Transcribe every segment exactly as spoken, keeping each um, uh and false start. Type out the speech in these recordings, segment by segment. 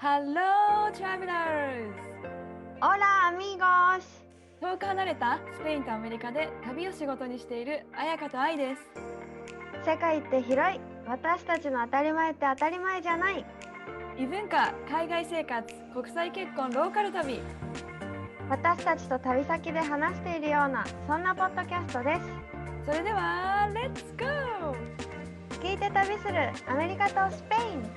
Hello, travelers! Hola amigos! 遠く離れたスペインとアメリカで旅を仕事にしている彩香と愛です。 世界って広い。私たちの当たり前って当たり前じゃない。 異文化、海外生活、国際結婚、ローカル旅。 私たちと旅先で話しているような、そんなポッドキャストです。 それでは、レッツゴー！ 聞いて旅するアメリカとスペイン。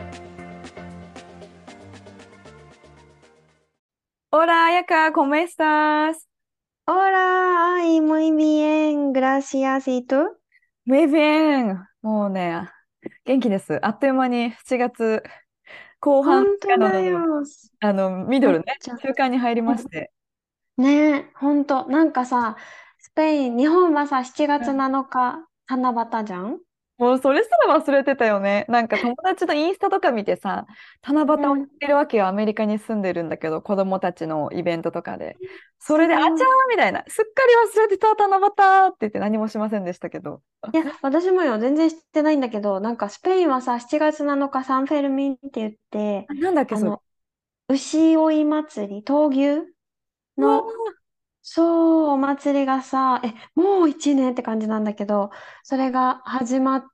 Hola, Ayaka, ¿cómo estás? Hola, ay, muy bien, gracias. ¿Y tú? Muy bien. もうね、元気です。あっという間にしちがつ後半本当だからの、 よ。 あのミドめっルね、 ちゃ。 週間に入りまして。 ねえ、本当。なんかさ、スペイン、日本はさ、7月うんなのか、七夕じゃん。 もうそれすら忘れてたよね。なんか友達のインスタとか見てさ、七夕をやっうん。 てるわけよ。アメリカに住んでるんだけど、子供たちのイベントとかで。それで、あちゃすごい。 ーみたいな、すっかり忘れてた、七夕って言って何もしませんでしたけど。 いや、私もよ、全然知ってないんだけど、なんかスペインはさ、しちがつなのかサンフェルミンって言って、 あなんだっけ、それ。 あの、牛追い祭り、闘牛うわの、そう、お祭りがさ、え、もういちねんって感じなんだけど、それが始まって、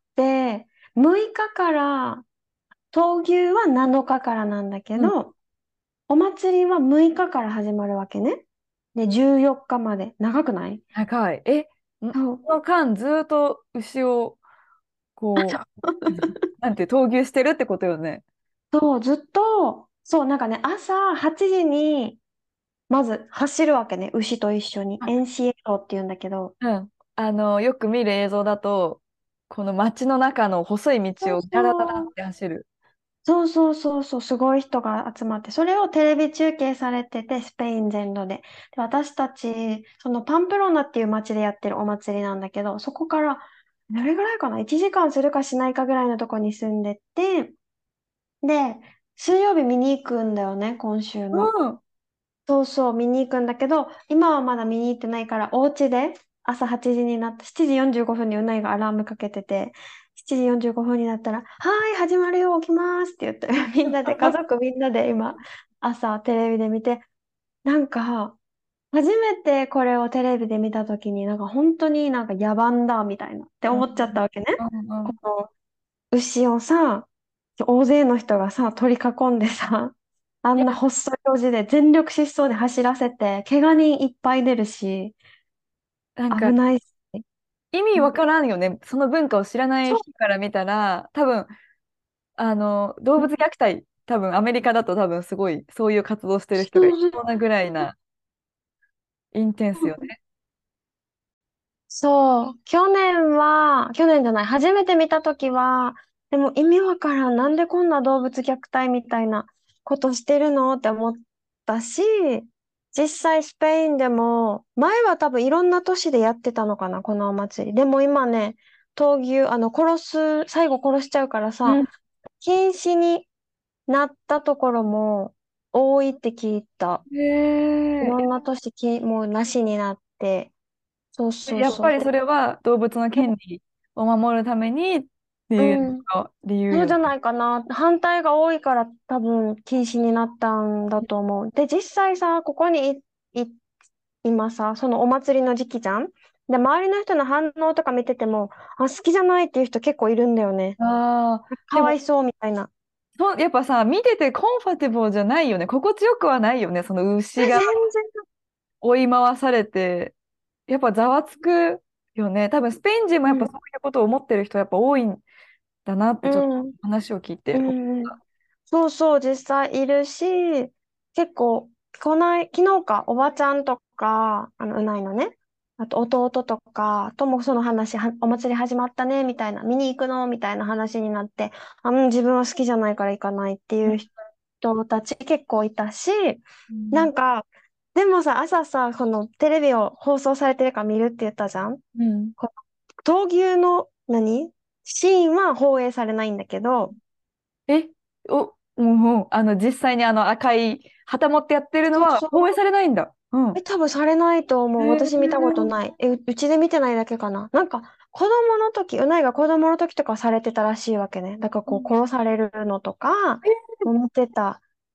むいかから、闘牛はなのかかからなんだけー、うん、 ど、お祭りはむいかかから始まるわけね。で、じゅうよっかまで。長くない？ 高い。え、んそう。 この間、ずーっと牛を、こあう、なんて、闘牛してるってことよね。 そう、ずっと、そう、なんかね、朝はちじに、まず走るわけね、牛と一緒に。 あ、 エンシーエーオー って言うんだけど。 うん。あの、よく見る映像だと、この街の中の細いそう道をダラダラっそう。 て走る。 そうそうそうそう、すごい人が集まって、それをテレビ中継されてて、スペイン全土で。で、私たち、そのパンプローナっていう街でやってるお祭りなんだけど、そこから、どれぐらいかな？ いち 時間するかしないかぐらいのとこに住んでて、で、水曜日見に行くんだよね、今週の。 うん。 そうそう、見に行くんだけど、今はまだ見に行ってないから、お家で朝はちじになった、しちじよんじゅうごふんにうないがアラームかけてて、しちじよんじゅうごふんになったら、はーい、始まるよ、起きますって言って、みんなで、家族みんなで今、朝テレビで見て、なんか、初めてこれをテレビで見たときに、なんか本当になんか野蛮だ、みたいなってうん思っちゃったわけね。 うんうんこの牛をさ、大勢の人がさ、取り囲んでさ、あいや、 んな細い路地で全力疾走で走らせて、怪我人いっぱい出るし、 なんか危ないし。 意味わうんからんよね。その文化を知らないそう、 人から見たら、多分、あの、動物虐待、多分アメリカだと多分すごい、そういう活動してる人がいそうそうなぐらいなインテンスよね。 そう、去年は、去年じゃない、初めて見たときは、でも意味わからん、なんでこんな動物虐待みたいなことしてるのって思ったし、実際スペインでも、前は多分いろんな都市でやってたのかな、このお祭り。でも今ね、闘牛、あの、殺す、最後殺しちゃうからさ、 うん。 禁止になったところも多いって聞いた。いろんへな都市き、もうなしになって、そうえ。 そうそう。 やっぱりそれは動物の権利を守るためにってういうのん、 が理由よね。 そうじゃないかな。反対が多いから多分禁止になったんだと思う。で、実際さ、ここにい、い、今さ、そのお祭りの時期じゃん。で、周りの人の反応とか見てても、あ、好きじゃないっていう人結構いるんだよね。 ああ、でも、 かわいそうみたいな。 そやっぱさ、見ててコンファティブルじゃないよね。心地よくはないよね。そのえ、全牛が然。 追い回されて。やっぱざわつくよね。多分スペイン人もやっぱうん、 そういうことを思ってる人やっぱ多いんだなってちょっとうん、 話を聞いうて思っん。 た。 そうそう、実際いるし、結構、こない昨日か、おばちゃんとか、あの、うないのね。あと、弟とかともその話、はお祭り始まったね、みたいな、見に行くのみたいな話になって、あ、うん、自分は好きじゃないから行かないっていう人たち結構いたし、 うんなんか、でもさ、朝さ、このテレビを放送されてるから見るって言ったじゃん。 うん。 こ闘牛の何シーンは放映されないんだけど、 え、お、もう、あの、実際にあの赤い旗持ってやってるのそうそう。 は放映されないんだ。うえ、 ん。 多分されないと思う。 へ私見たことーない。え、う、うちで見てないだけかな。なんか、子供の時、うないが子供の時とかされてたらしいわけね。だからこう、殺されるのとか、 えもう見てた。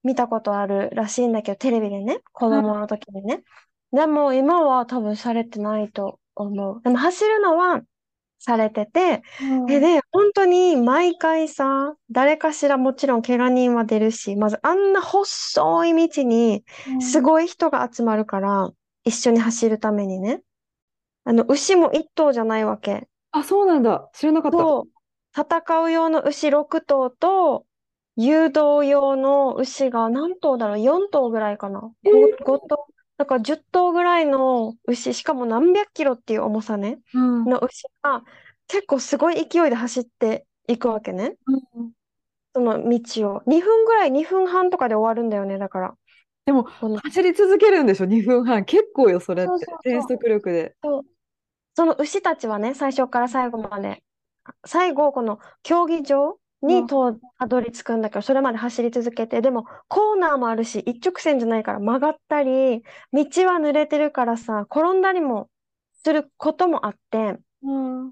見たことあるらしいんだけど、テレビでね、子はい。 供の時にね。でも今は多分されてないと思う。でも走るのはされてて、え、 うん。 で、本当に毎回さ、誰かしらもちろん怪我人は出るし、まずあんな細い道にうん。 すごい人が集まるから、一緒に走るためにね。あの、牛も一頭じゃないわけ。 あ、そうなんだ。知らなかった。 そう、戦う用の牛ろく頭と、誘導用の牛が何頭だろう？ よん 頭ぐらいかな？ えご、 ー、 ご頭。だからじゅっ頭ぐらいの牛、しかも何百キロっていう重さね、 うん。うん。 の牛が結構すごい勢いで走っていくわけね。その道を。にふんぐらい、にふんはんとかで終わるんだよね、だから。 でも、 この、 走り続けるんでしょ？ に 分半。結構よ、それっそうそて。全うそう。 速力で。 そうその牛たちはね、最初から最後まで、最後、この競技場うん。 にとたどり着くんだけど、それまで走り続けて、でもコーナーもあるし、一直線じゃないから曲がったり、道は濡れてるからさ、転んだりもすることもあって、 うん。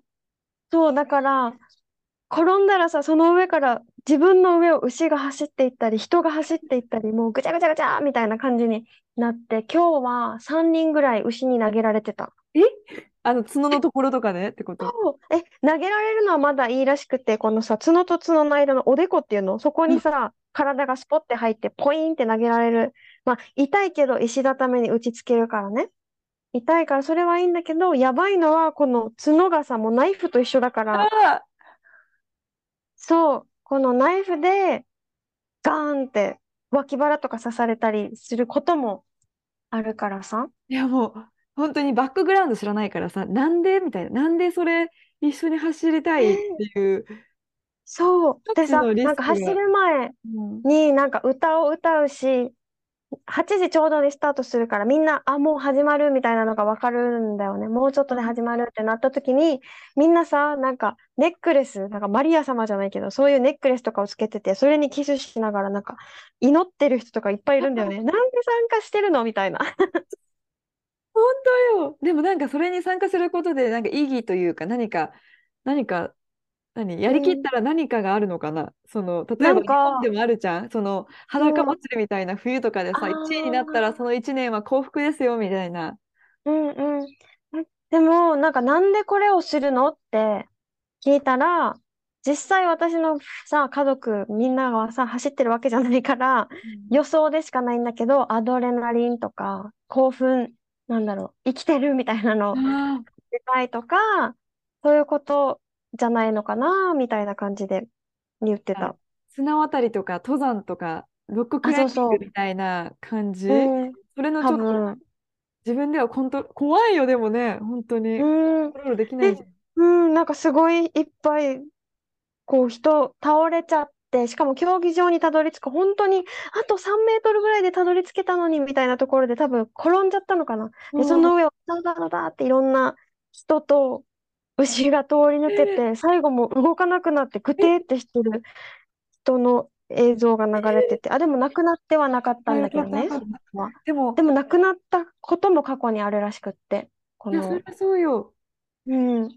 そう、だから、転んだらさ、その上から自分の上を牛が走っていったり、人が走っていったり、もうぐちゃぐちゃぐちゃみたいな感じになって、今日はさんにんぐらい牛に投げられてた。 え、あの、角のところとかねってこと？ そうえ、投げられるのはまだいいらしくて、このさ、角と角の間のおでこっていうの、そこうん。 にさ、体がスポッて入って、ポインって投げられる。まあ、痛いけど石畳に打ちつけるからね。痛いからそれはいいんだけど、やばいのは、この角がさ、もうナイフと一緒だから、 あそう、このナイフで、ガーンって脇腹とか刺されたりすることもあるからさ。 ー、いやもう、本当にバックグラウンド知らないからさ、なんでみたいな。なんでそれ一緒に走りたいっていう、 そう。でさ、 一つのリなんか走スクが。 る前うん。 になんか歌を歌うし、はちじちょうどにスタートするからみんな、あ、もう始まるみたいなのがわかるんだよね。もうちょっとで始まるってなった時に、みんなさ、なんかネックレス、なんかマリア様じゃないけど、そういうネックレスとかをつけてて、それにキスしながらなんか祈ってる人とかいっぱいいるんだよね。なんで参加してるのみたいな。 本当よ。でもなんかそれに参加することで、なんか意義というか、何か、何か、何、やうりきっん。 たら何かがあるのかな。その、例なえば日本んか、 でもあるじゃん。その、 う裸ん。 祭りみたいな冬とかであさ、いちいになったらそあ、 のいちねんは幸福ですよ、みたいな。 うんうん。えでも、なんかなんでこれをするのって聞いたら、実際私のさ、家族みんながさ、走ってるわけじゃないから、 うん。 予想でしかないんだけど、アドレナリンとか、興奮、なんだろう、生きてるみたいなの、 あ出たいとか、そういうことじゃないのかな、みたいな感じで言ってあ、 た。 綱渡りとか登山とか、ロッククあ、 ライそうそミングみたいな感う。 じ。 うん、 それのちょっと多分。 自分ではコントロ、怖いよ、でもね、本当に。 うん。 コントロールできないで、 じゃん。 うん、なんかすごいいっぱいこう人倒れちゃって、しかも競技場にたどり着く、本当にあとさんメートルぐらいでたどり着けたのにみたいなところで多分転んじゃったのかな。で、そうん。 の上をダダダダっていろんな人と牛が通り抜けて、最後も動かなくなってぐえ、 てってしてる人の映像が流れてて、あ、でも亡くなってはなかったあ、 んよかった、よだけどね、 かった。 その人は。 でも、 でも亡くなったことも過去にあるらしくって、こいや、そりの、 ゃそうよ。 うん、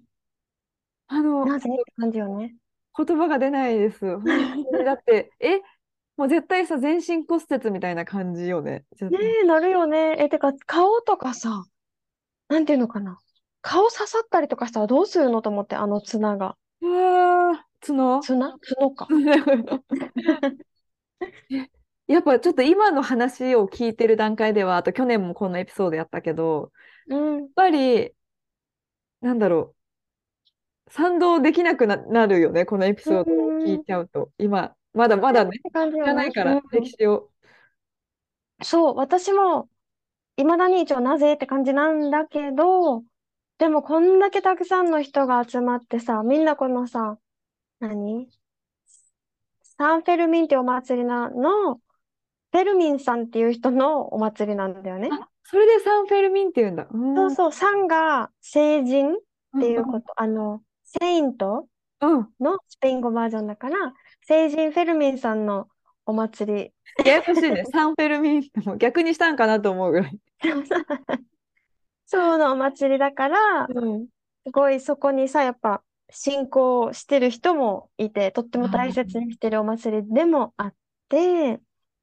あの、 なぜって感じよね。 言葉が出ないです。本当に。だって、え、もう絶対さ、全身骨折みたいな感じよね。絶ねえ、なるよね。え、てか、顔とかさ、なんていうのかな。顔刺さったりとかしたらどうするのと思って、あの綱が。 うわー、角。 綱角か。 え、やっぱちょっと今の話を聞いてる段階では、あと去年もこのエピソードやったけど、 うん。 やっぱり、なんだろう、賛同できなくな、なるよね、このエピうソードを聞いん。 ちゃうと。今、まだまだね、 って感じ知らよね。 ないから、 うん。 歴史を。 そう、私も、未だに一応なぜって感じなんだけど、でもこんだけたくさんの人が集まってさ、みんなこのさ、何サンフェルミンってお祭りなの、フェルミンさんっていう人のお祭りなんだよね。 あ、それでサンフェルミンって言うんだ。うん。うんそうそう、サンが聖人っうんていうこと、あの、セイントうん。 のスペイン語バージョンだから、聖人フェルミンさんのお祭り。 ややこしいね。サンフェルミンってもう逆にしたんかなと思うぐらい。 そうのお祭りだから、 うん。 すごいそこにさ、やっぱ信仰してる人もいて、とっても大あ切にしてるお祭りでもあって、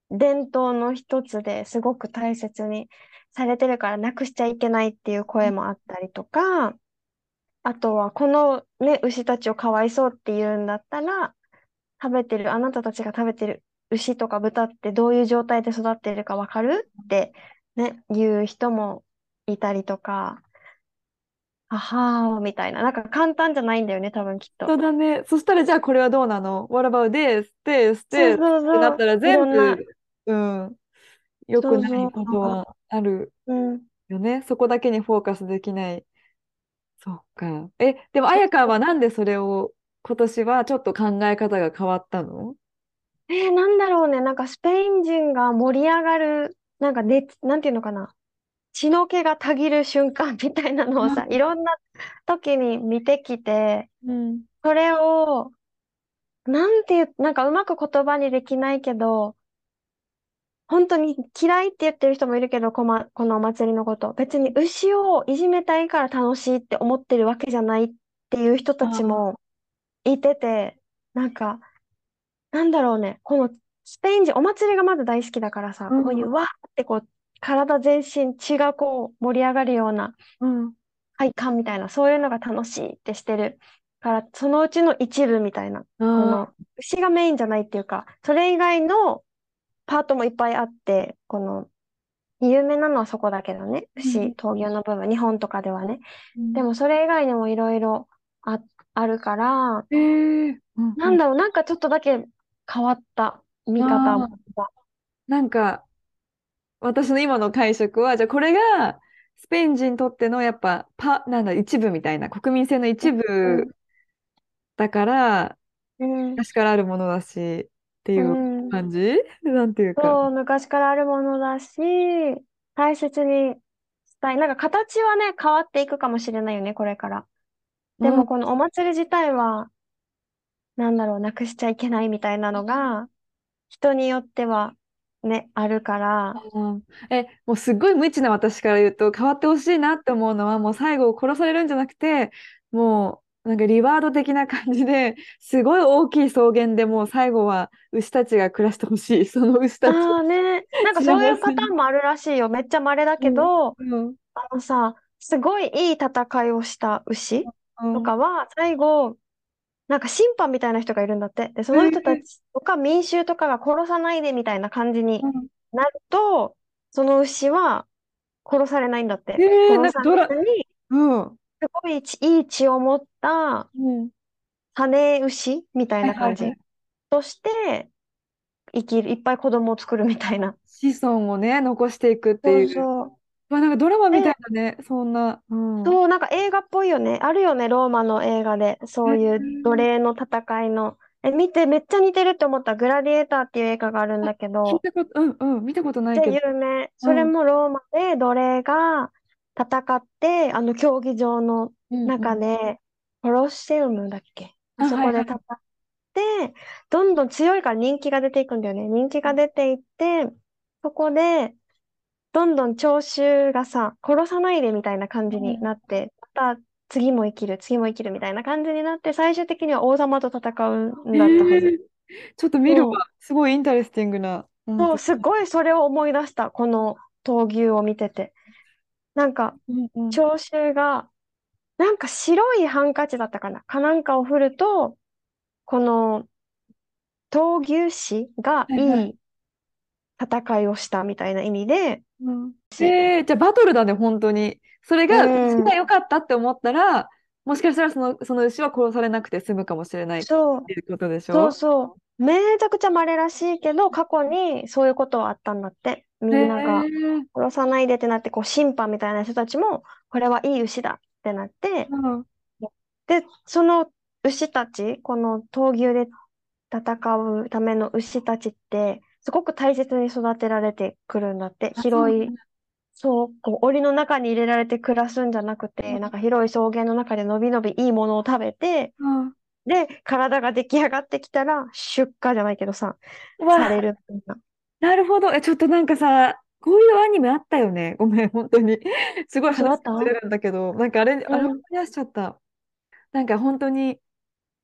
伝統の一つですごく大切にされてるからなくしちゃいけないっていう声もあったりとか、あとはこのね、牛たちをかわいそうって言うんだったら、食べてる、あなたたちが食べてる牛とか豚ってどういう状態で育ってるかわかるってね、言う人もいたりとか、ははーみたいな。なんか簡単じゃないんだよね、多分きっと。 そうだね。そしたら、じゃあこれはどうなの？ What about this? this? そう this? ってなそうそう。 ったらい全部、 ろんな、 うん、良くないそうそことはあるう。うん。 よね。そこだけにフォーカスできない。そうか。え、でも、あやかんはなんでそれを今年はちょっと考え方が変わったの？ えー、なんだろうね。なんかスペイン人が盛り上がる、なんか熱、なんていうのかな。血の気がたぎる瞬間みたいなのをさ、いろんな時に見てきて、 うん。 それを、なんていう、なんかうまく言葉にできないけど、本当に嫌いって言ってる人もいるけど、こま、このお祭りのこと。別に牛をいじめたいから楽しいって思ってるわけじゃないっていう人たちあもいてて、なんか、なんだろうね、このスペイン人、お祭りがまず大好きだからさ、 うん、 こういうわーってこう、体全身血がこう盛り上がるようなうん。 快感みたいな、そういうのが楽しいってしてるから、そのうちの一部みたいな、このあ牛がメインじゃないっていうか、それ以外のパートもいっぱいあって、この有名なのはそこだけどね、 ー、うん、 牛、闘牛の部分、日本とかではね。 うん。 でもそれ以外にもいろいろあ、あるから、 えー、うん、うん。 なんだろう、なんかちょっとだけ変わった見方が。 ああ、なんか、私の今の解釈は、じゃあこれが、スペイン人にとってのやっぱ、パ、なんだ、一部みたいな、国民性の一部うん、 だから、 うん、 昔からあるものだし、ってういうん。 感じなんていうか。 そう、昔からあるものだし、大切にしたい。なんか形はね、変わっていくかもしれないよね、これから。でうん。 もこのお祭り自体は、なんだろう、なくしちゃいけないみたいなのが、人によってはね、あるから、 うん。え、もうすっごい無知な私から言うと、変わってほしいなって思うのは、もう最後殺されるんじゃなくて、もうなんかリワード的な感じで、すごい大きい草原でもう最後は牛たちが暮らしてほしい。その牛たち、 ああね、なんか幸そういうパせに。 ターンもあるらしいよ。めっちゃ稀だうん。 けど、 うん。 あのさ、すごいいい戦いをした牛うん。 とかは、最後、なんか審判みたいな人がいるんだって。で、そえの人たー、 ちとか民衆とかが殺さないでみたいな感じにうん。 なると、その牛は殺されないんだって。 えー、 殺さなんかドラ、 れずに、 うん。 すごい血いい血を持ったうん。 羽牛みたいはいな感じはいはい。 として生きる、いっぱい子供を作るみたいな。 子孫をね、残していくってそういう。 そう。 まあ、なんかドラマみたいで、 だね、そんな。うん。 そう、なんか映画っぽいよね。あるよね、ローマの映画で。 えそういう奴ー、 隷の戦いの。え、見て、めっちゃ似てるって思った。グラディエーターっていう映画があるんだけど、 聞いたこと、うんうん、見たことないで、 けど。 有名。それうん。 もローマで奴隷が戦って、あの競技場のうんうん。 中で、コロッセウムだっけ？ああ、 そはいはい。 こで戦って、どんどん強いから人気が出ていくんだよね。人気が出ていって、そこで、どんどん聴衆がさ、殺さないでみたいな感じにうん。 なって、また次も生きる、次も生きるみたいな感じになって、最終的には王様と戦うんえだったはず。 ー、ちょっと見るわ。 そう、 すごいインタレスティングな。本当。 そう、すっごいそれを思い出した、この闘牛を見てて。なんか、 うんうん。 聴衆が、なんか白いハンカチだったかなかなんかを振ると、この闘牛士がはいはい。 いい戦いをしたみたいな意味で、 うん。えー、じゃあバトルだね、本当に。それうが、牛がん、 良かったって思ったら、もしかしたらその、その牛は殺されなくて済むかもしれないっそう、 ていうことでしそうょ？ そう。めちゃくちゃ稀らしいけど、過去にそういうことはあったんだって。みへんながえ。 殺さないでってなって、こう審判みたいな人たちも、これはいい牛だってなって、 うん。 で、その牛たち、この闘牛で戦うための牛たちって、すごく大切に育てられてくるんだって。 あ、そう広い、 なんだ。 そう、こう檻の中に入れられて暮らすんじゃなくて、なんか広い草原の中でのびのびいいものを食べて、 うん。 で、体が出来上がってきたら、出荷じゃないけどさ、 うわ、 されるみたいな。 なるほど。え、ちょっとなんかさ、こういうアニメあったよね。ごめん、本当に。すごいそうだ話ったずれるんだけど、なんかあれ、あれ思いうん。 出しちゃった。なんか本当に、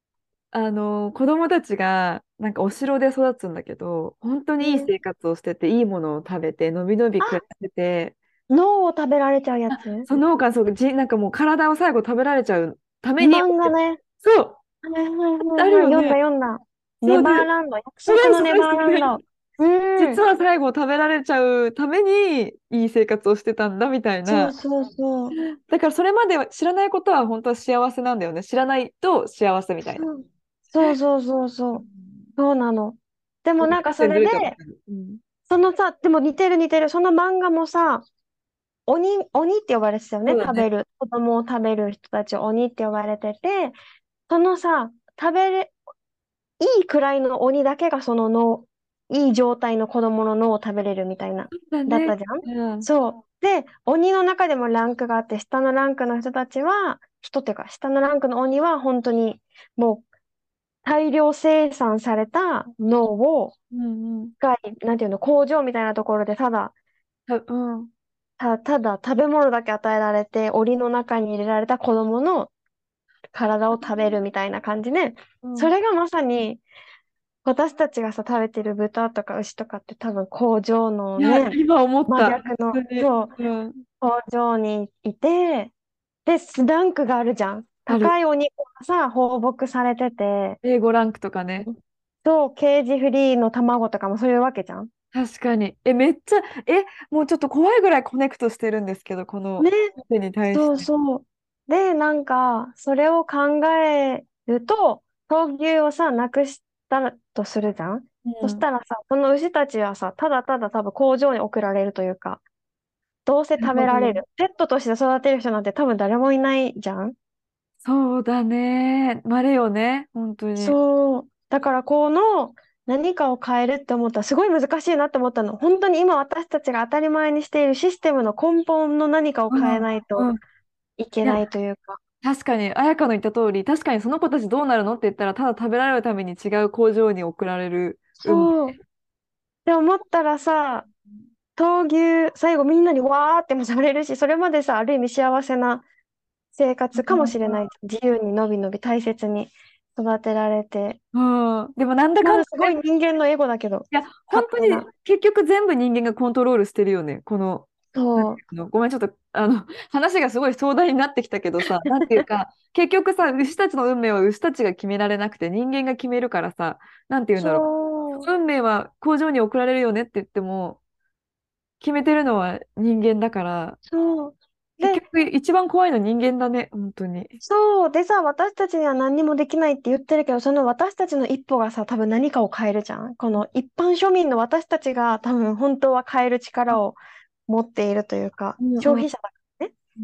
あの、子供たちが、なんかお城で育つんだけど、本当にいいうん。 生活をしてて、いいものを食べて、のびのび暮らあ、 してて、 脳を食べられちゃうやあ、 つ。 その他、そう、じ、なんかもう体を最後食べられちゃうために、 漫画ね。 そう、 はいはいあはいはい。読んだるよね。 読んだ。ネそうで、 バーランド。約それ、それ、 束のネバーそれ。 ランド。うん。 実は最後食べられちゃうために、いい生活をしてたんだみたいな。 そうそうそう。 だからそれまでは知らないことは本当は幸せなんだよね。知らないと幸せみたいな。 そうそうそうそうそう。 うん。 そうなの。でもなんかそれで、 観点ずれちゃったけど。うん。 そのさ、でも似てる似てる。その漫画もさ、鬼、鬼って呼ばれてたよね。 そうだね。 食べる。子供を食べる人たちを鬼って呼ばれてて、そのさ、食べれ、いいくらいの鬼だけがその脳、いい状態の子供の脳を食べれるみたいな、 そうだね。 だったじゃん。 うん。 そう。で、鬼の中でもランクがあって、下のランクの人たちは、人っていうか、下のランクの鬼は本当にもう大量生産された脳を、 うんうん。 がなんていうの、工場みたいなところでただ、 た、うん。 た、ただ食べ物だけ与えられて、檻の中に入れられた子供の体を食べるみたいな感じで、 うん。 それがまさに、私たちがさ、食べてる豚とか牛とかって多分工場のいや、 ね、 今思った。 真逆の、 本当に。 そう、 うん。 工場にいて、で、スランクがあるじゃん。 ある。 高いお肉がさ、放牧されてて、 英語ランクとかね。 そう、ケージフリーの卵とかもそういうわけじゃん。 確かに。え、めっちゃ、え、もうちょっと怖いぐらいコネクトしてるんですけど、このね、 手に対しそうて。 そう。で、なんか、それを考えると、闘牛をさ、なくしたとするじゃん。そうん。 したらさ、その牛たちはさ、ただただ多分工場に送られるというか、どうせなる食べほど。 られる。ペットとして育てる人なんて多分誰もいないじゃん。 そうだね。まれよね。本当に。 そう。だからこの何かを変えるって思ったらすごい難しいなって思ったの。本当に今私たちが当たり前にしているシステムの根本の何かをう変えん。 ないとうん。いや、 いけないというか。 確かに、彩香の言った通り、確かにその子たちどうなるのって言ったら、ただ食べられるために違う工場に送られる運命。 そう。って思ったらさ、闘牛、最後みんなにわーってもされるし、それまでさ、ある意味幸せな生活かもしれない。自由にのびのび大切に育てられて。 うん。でもなんだかんだまだすごい人間のエゴだけど、 いや、本当に勝手な。 結局全部人間がコントロールしてるよね。この、なんそう。 ていうの、ごめん、ちょっと、あの、話がすごい壮大になってきたけどさ、なんていうか、結局さ、牛たちの運命は牛たちが決められなくて人間が決めるからさ、なんていうんだろう。 そう。 運命は工場に送られるよねって言っても、決めてるのは人間だから、 そう。で、 結局一番怖いのは人間だね、本当に。 そう。でさ、私たちには何にもできないって言ってるけど、その私たちの一歩がさ、多分何かを変えるじゃん。この一般庶民の私たちが多分本当は変える力を持っているというか、 うんうん消費者だからね。 うん。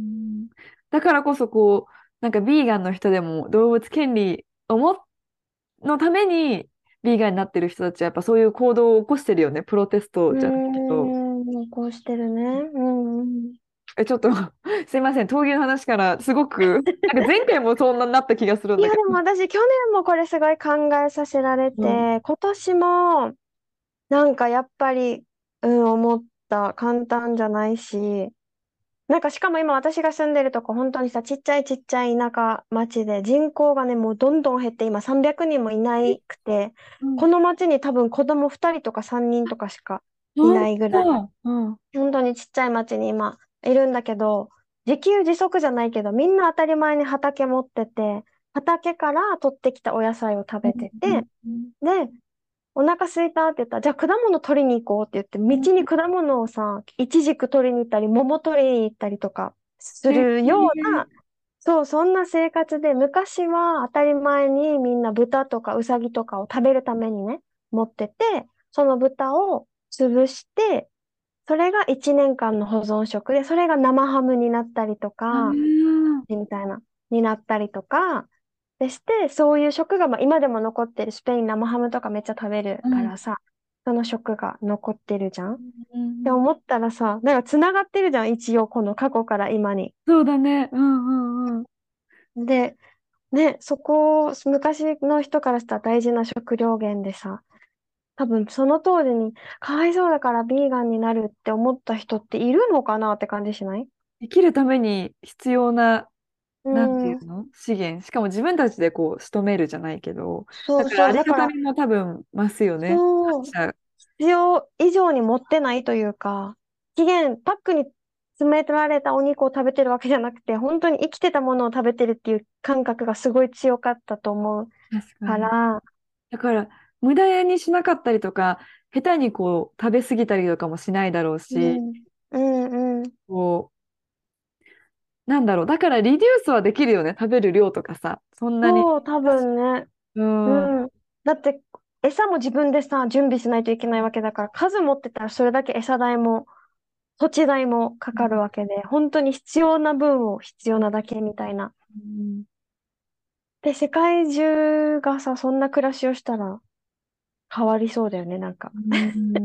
だからこそ、こう、なんかビーガンの人でも動物権利をものためにビーガンになってる人たちはやっぱそういう行動を起こしてるよね。プロテストうーじゃないけど。 ん、こうしてるね。うんうん。 え、ちょっとすいません。闘牛の話からすごく、なんか前回もそんなになった気がするんいや、 だけど。 でも私、去年もこれすごい考えさせられうん。 て、今年も、なんかやっぱり、うん、思った。簡単じゃないし、なんかしかも今私が住んでるとこ、本当にさ、ちっちゃいちっちゃい田舎町で人口がね、もうどんどん減って今さんびゃくにんもいなくて、 うん。 この町に多分子供ふたりとかさんにんとかしかい本ないぐらい、 当。うん。 本当にちっちゃい町に今いるんだけど、自給自足じゃないけど、みんな当たり前に畑持ってて、畑から取ってきたお野菜を食うんべてうんて、 うんで、お腹空いたって言ったら、じゃあ果物取りに行こうって言って、道に果物をさ、イチジク取りに行ったり、桃取りに行ったりとかすへるような、 え。 そう、そんな生活で、昔は当たり前にみんな豚とかウサギとかを食べるためにね、持ってて、その豚を潰して、それがいちねんかんの保存食で、それが生ハムになったりとあか、 ー。 みたいな、になったりとか、でして、そういう食が、まあ、今でも残ってるスペイン生ハムとかめっちゃ食べるうん。 からさ、その食が残ってるじゃんっうん。 て思ったらさ、なんか繋がってるじゃん、一応この過去から今に。 そうだね。うんうんうん。 で、ね、そこ、昔の人からしたら大事な食料源でさ、多分その当時にかわいそうだからビーガンになるって思った人っているのかなって感じしない？ 生きるために必要なうなんていん。 うの資源。しかも自分たちでこう仕留めるじゃないけど、だからあそうそう。だから、 りがたみも多分増すよね。 そう、 感謝。 必要以上に持ってないというか、期限、パックに詰められたお肉を食べてるわけじゃなくて、本当に生きてたものを食べてるっていう感覚がすごい強かったと思う確かに。 から、 だから、無駄にしなかったりとか、下手にこう食べ過ぎたりとかもしないだろうし、 うん、うん、うん。 こう、なんだろう。だからリデュースはできるよね。食べる量とかさ。そんなに。 そう、多分ね。 うん。 うん。だって、餌も自分でさ、準備しないといけないわけだから、数持ってたらそれだけ餌代も土地代もかかるわけで、本当に必要な分を必要なだけみたいな。 うん。 で、世界中がさ、そんな暮らしをしたら変わりそうだよね、なんか。 うん。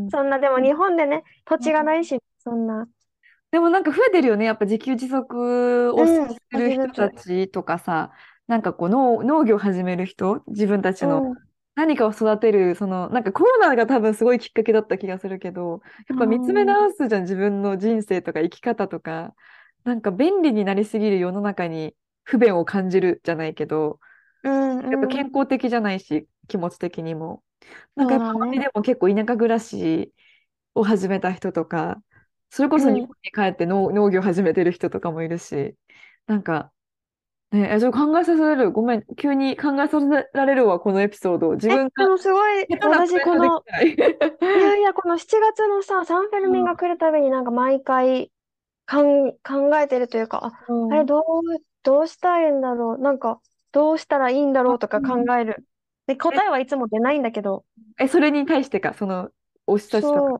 そんな、でも日本でね、土地がないし、そんな。 でもなんか増えてるよね。やっぱ自給自足をすうん、 る人少しずつ。 たちとかさ、なんかこう農、農業を始める人、自分たちのうん。 何かを育てる、その、なんかコロナが多分すごいきっかけだった気がするけど、やあっぱ見つめー直すじゃん、自分の人生とか生き方とか、なんか便利になりすぎる世の中に不便を感じるじゃないけど、 うん、うん。 やっぱ健康的じゃないし、気持ち的にも。なんかやっぱそうだね。 周りでも結構田舎暮らしを始めた人とか、それこうそ日ん。 本に帰って農、農業始めてる人とかもいるし、なんか、ね、えちょっと考えさせられる。ごめん、急に考えさせられるわ、このエピソード。自え、 分がでもすごい、 下手なコメントでき私この、 ない。 いやいや、このしちがつのさ、サンフェルミンがうん来るたびになんか毎回かん、考えてるというか、あ、あれうんどう、どうしたらいいんだろう。なんか、どうしたらいいんだろうとか考うんえる。で、 え、 答えはいつも出ないんだけど、 え、それに対してか、その、推したちとか。 そう、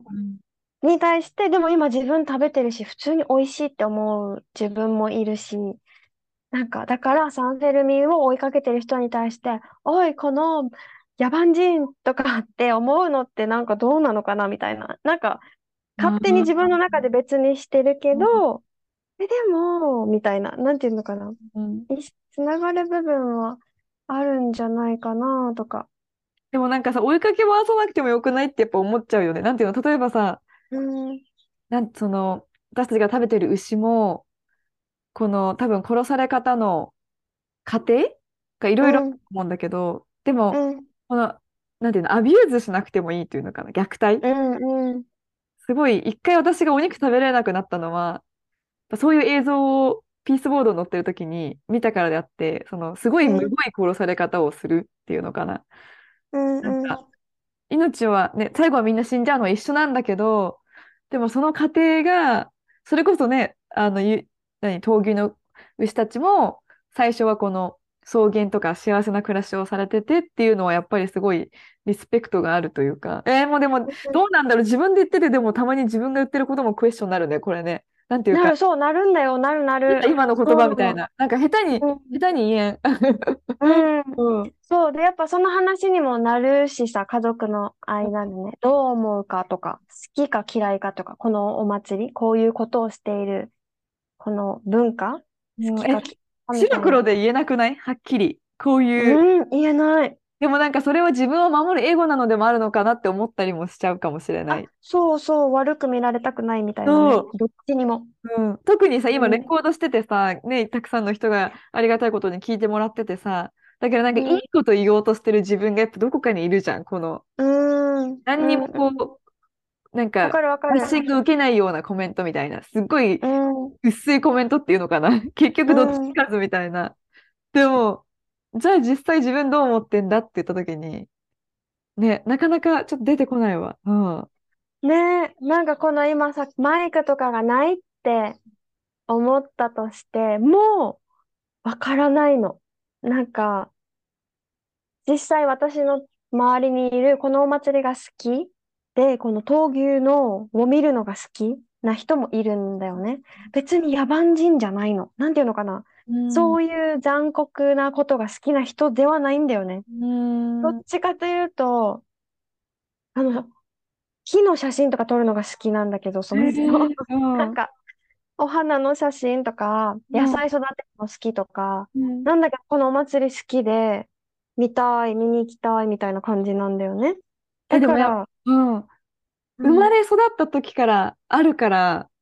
に対して、でも今自分食べてるし、普通に美味しいって思う自分もいるし、なんか、だからサンフェルミンを追いかけてる人に対して、おい、この野蛮人とかって思うのってなんかどうなのかなみたいな。なんか、勝手に自分の中で別にしてるけど、え、でも、みたいな、なんていうのかな。 うん。 いつながる部分はあるんじゃないかなとか。 でもなんかさ、追いかけ回さなくてもよくないってやっぱ思っちゃうよね。なんていうの、例えばさ、 うん、 なんその、私たちが食べてる牛も、この多分殺され方の過程がいろいろあるうん、 と思うんだけど、でも、 うん、 この、なんていうの、アビューズしなくてもいいというのかな、虐待。 うん、うん、 すごい、一回私がお肉食べられなくなったのは、そういう映像をピースボードに載ってる時に見たからであって、その、すごいむうん、 ごい殺され方をするっていうのかな。 うん、うん、 なんか、命はね、最後はみんな死んじゃうのは一緒なんだけど、でもその過程が、それこそね、あの、ゆ何、闘牛の牛たちも、最初はこの草原とか幸せな暮らしをされててっていうのはやっぱりすごいリスペクトがあるというか、えー、もうでも、どうなんだろう、自分で言ってて、でもたまに自分が言ってることもクエスチョンになるね、これね。なんていうか、 なる、そう、なるんだよ、なるなる。 今の言葉みたいそな。なんか下手に、 う。うん、 下手に言えん。 うん。 うん。 そう。で、やっぱその話にもなるしさ、家族の間でね、どう思うかとか、好きか嫌いかとか、このお祭り、こういうことをしている、この文化、好うんえ、 きか嫌いかみたいな。 白黒で言えなくないはっきり。こういう。 うん、言えない。 でもなんかそれは自分を守るエゴなのでもあるのかなって思ったりもしちゃうかもしれなあ、 い。 そうそう、悪く見られたくないみたいなね。 そどっちにも。 う。うん。特にさ、今レうん、 コードしててさ、ね、たくさんの人がありがたいことに聞いてもらっててさ、だからなんかいうん、 いこと言おうとしてる自分がやっぱどこかにいるじゃん。この、 うん、うん、 何にもうん。 こう、なんか、 わかるわかバッる。 シング受けないようなコメントみたいな、すっごいうん、う薄いコメントっていうのかな。結局どっちつん。 かずみたいな。でも、じゃあ実際自分どう思ってんだって言った時に、ね、なかなかちょっと出てこないわ。うん。 ねえ、なんかこの今さ、マイクとかがないって思ったとして、もうわからないの。なんか、実際私の周りにいるこのお祭りが好きで、この闘牛のを見るのが好きな人もいるんだよね。別に野蛮人じゃないの。なんていうのかな。 うん。うそういう残酷なことが好きな人ではないんだよね。 ーん。 どっちかというと、あの、木の写真とか撮るのが好きなんだけど、そへもそも。 え、うなんん。 か、お花の写真とか、野うん。 菜育てるの好きとか、 うん。 なんだけど、このお祭り好きで、見たい、見に行きたいみたいな感じなんだよね。 え、でもや、 だから、 うん。 うん、 生まれ育った時からあるから、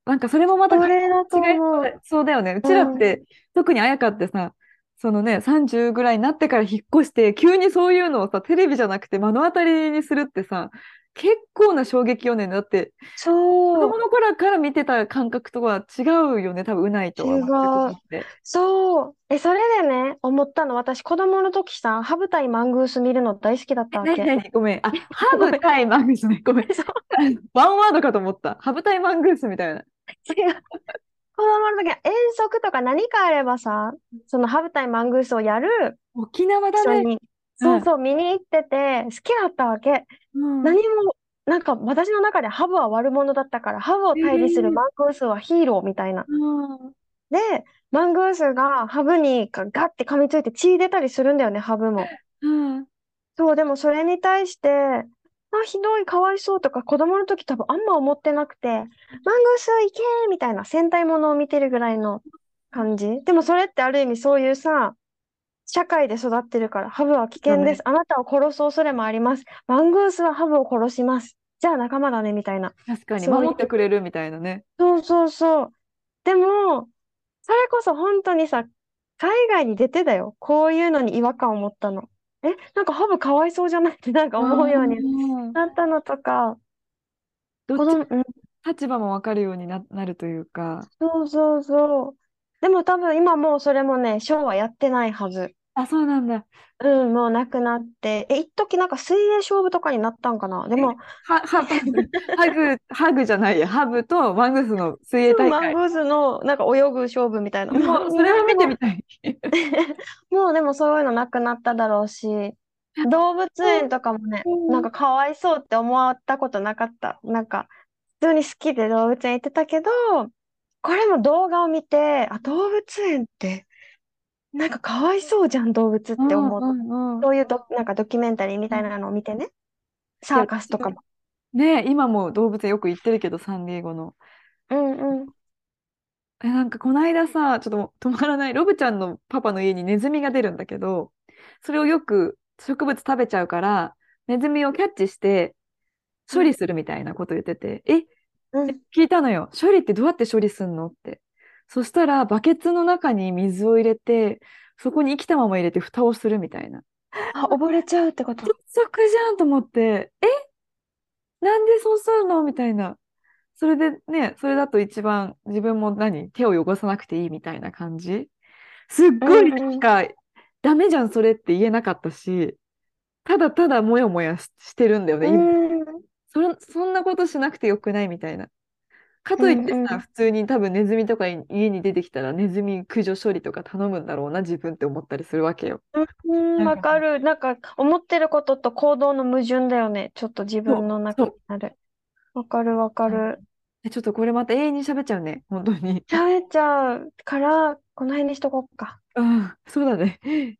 なんかそれもまた感それだと覚違い思う。 そうだよね。うちらっうん。 て、特に綾香ってさ、そのね、さんじゅうぐらいになってから引っ越して、急にそういうのをさ、テレビじゃなくて目の当たりにするってさ、結構な衝撃よね。だって、子そう。 供の頃から見てた感覚とは違うよね。多分、うないとは違全くもう。 って。 そう。え、それでね、思ったの。私、子供の時さ、ハブ対マングース見るの大好きだっえ、 たわけ。 なになにごめん。あ、ハごめん。 ブ対マングースね。ごめん。 そう。 ワンワードかと思った。ハブ対マングースみたいな。 違う。子供の時は遠足とか何かあればさ、そのハブ対マングースをやる沖縄だね。 一緒に、 うん。 そうそう、見に行ってて、好きだったわけ。 うん。 何も、なんか私の中でハブは悪者だったから、ハブをえ対峙するー、 マングースはヒーローみたいな。 うん。 で、マングースがハブにガガッて噛みついて血出たりするんだよね、ハブも。 うん。 そう、でもそれに対して、あ、ひどい、かわいそうとか子供の時多分あんま思ってなくて、マングース行けーみたいな戦隊ものを見てるぐらいの感じ。でもそれってある意味そういうさ、社会で育ってるから、ハブは危だね。 険です。あなたを殺す恐れもあります。マングースはハブを殺します。じゃあ仲間だね、みたいな。 確かに、守ってそういう、 くれるみたいなね。 そうそうそう。でも、それこそ本当にさ、海外に出てだよ。こういうのに違和感を持ったの。え、なんかハブかわいそうじゃないってなんかあ思うようにあ、 なったのとか、 どっち子供、うん、 立場もわかるようにな、なるというか。 そうそうそう。でも多分今もうそれもね、ショーはやってないはず。 あ、そうなんだ。 うん、もうなくなって。え、一時なんか水泳勝負とかになったんかな。でえ、 も、 は、は、ハグ、ハグじゃないや。ハブとマングースの水泳大会。 マングースのなんか泳ぐ勝負みたいな。ももう、そうれは見て何も、 みたい。 もうでもそういうのなくなっただろうし、動物園とかもね、なんかかわいそうって思ったことなかった。なんか、普通に好きで動物園行ってたけど、これも動画を見て、あ、動物園って、なんかかわいそうじゃん、動物っうんて思う。 うんうん。 そういうド、なんかドキュメンタリーみたいなのを見てね、 いや、 サーカスとかも。 ね、今も動物園よく行ってるけど、サンディエゴの。 うんうん。 え、なんかこの間さ、ちょっと止まらない、ロブちゃんのパパの家にネズミが出るんだけど、それをよく植物食べちゃうから、ネズミをキャッチして処理うんするみたいなこと言ってて、え、 うん。 聞いたのよ。処理ってどうやって処理すんのって。そしたら、バケツの中に水を入れて、そこに生きたまま入れて蓋をするみたいな。 あ、溺れちゃうってこと。 鉄則じゃんと思って、え、なんでそうするのみたいな。それでね、それだと一番自分も何、手を汚さなくていいみたいな感じ。すっうごいんうん。 なんか、ダメじゃん、それって言えなかったし、ただただモヤモヤし、してるんだようね、今。 んそれ、そんなことしなくてよくないみたいな。かうといってさ、 んうん。 普通に多分ネズミとか家に出てきたらネズミ駆除処理とか頼むんだろうな、自分って思ったりするわけよ。 うん、 なんかさ、 わかる。なんか、思ってることと行動の矛盾だよね。ちょっと自そう、 分の中にそう。 ある。わかるわかはい。 る。 え、ちょっとこれまた永遠に喋っちゃうね、本当に。 喋っちゃうから、この辺にしとこうか。 うん、そうだね。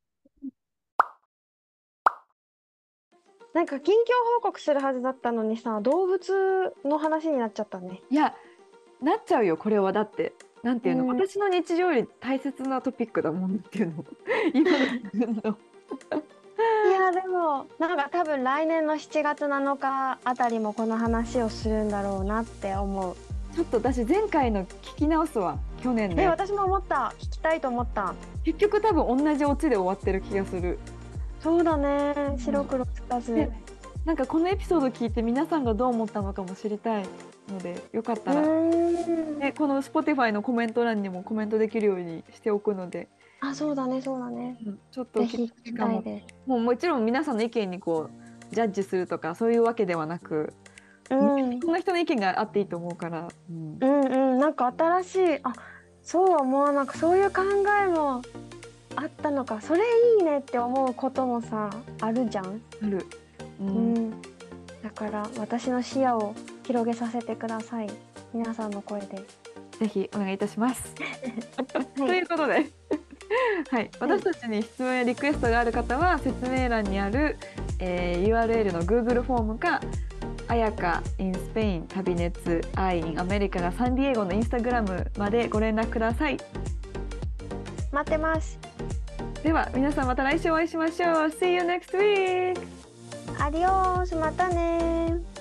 なんか、近況報告するはずだったのにさ、動物の話になっちゃったね。 いや、なっちゃうよ、これは。だって、なんていうの、 うん。い私の日常より大切なトピックだもんっていうの。今の自分の。 や、でも、なんか多分来年のしちがつなのかあたりもこの話をするんだろうなって思う。 ちょっと私、前回の聞き直すわ、去年のえ、 やつ。 私も思った。聞きたいと思った。 結局多分同じオチで終わってる気がする。 そうだね。 うん。 白黒つかず。 で、なんかこのエピソード聞いて皆さんがどう思ったのかも知りたいので、よかっうたら、 ーん。 ね、この Spotify のコメント欄にもコメントできるようにしておくので、 あ、そうだね、そうだね。 うん、ちょっとぜ聞くひ聞き時間も、 たいです。 もうもちろん皆さんの意見にこう、ジャッジするとかそういうわけではなく、 ういん。 ろんな人の意見があっていいと思うから、うん、 うんうん。なんか新しい、あ、そうは思わなく、そういう考えもあったのか。それいいねって思うこともさ、あるじゃん。 ある。うん、 うん。だから私の視野を広げさせてください。皆さんの声で。 ぜひお願いいたします。 はい。 ということで、はい、 はい。 私たちに質問やリクエストがある方は説明欄にある、えー ユーアールエル の Google フォームか、あやか in スペイン、旅熱、I in アメリカがサンディエゴのインスタグラムまでご連絡ください。 待ってます。 では皆さんまた来週お会いしましょう。See you next week! アディオース、またねー。